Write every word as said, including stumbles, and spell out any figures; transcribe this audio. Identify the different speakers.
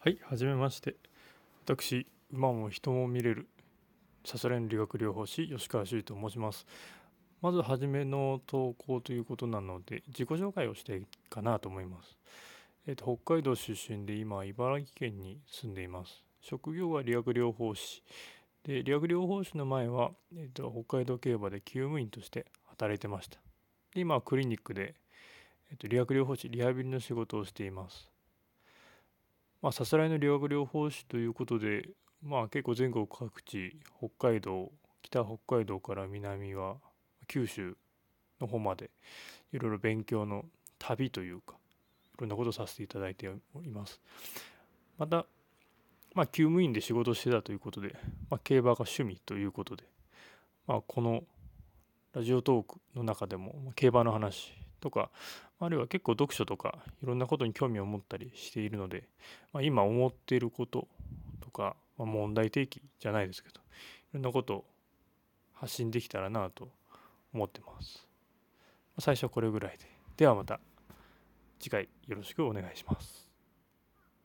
Speaker 1: はい、はじめまして。私、馬も人も見れるさすらいの理学療法士、吉川修と申します。まずはじめの投稿ということなので、自己紹介をしていいかなと思います。えっ、と、北海道出身で今、茨城県に住んでいます。職業は理学療法士。で、理学療法士の前は、えっ、と、北海道競馬で厩務員として働いてました。で、今はクリニックで、えっ、と、理学療法士、リハビリの仕事をしています。まあ、さすらいの理学療法士ということで、まあ結構全国各地、北海道、北北海道から南は九州の方までいろいろ勉強の旅というか、いろんなことをさせていただいております。また、まあ、厩務員で仕事してたということで、まあ、競馬が趣味ということで、まあ、このラジオトークの中でも競馬の話とか、あるいは結構読書とかいろんなことに興味を持ったりしているので、まあ、今思っていることとか、まあ、問題提起じゃないですけど、いろんなことを発信できたらなと思ってます。最初はこれぐらいで。ではまた次回よろしくお願いします。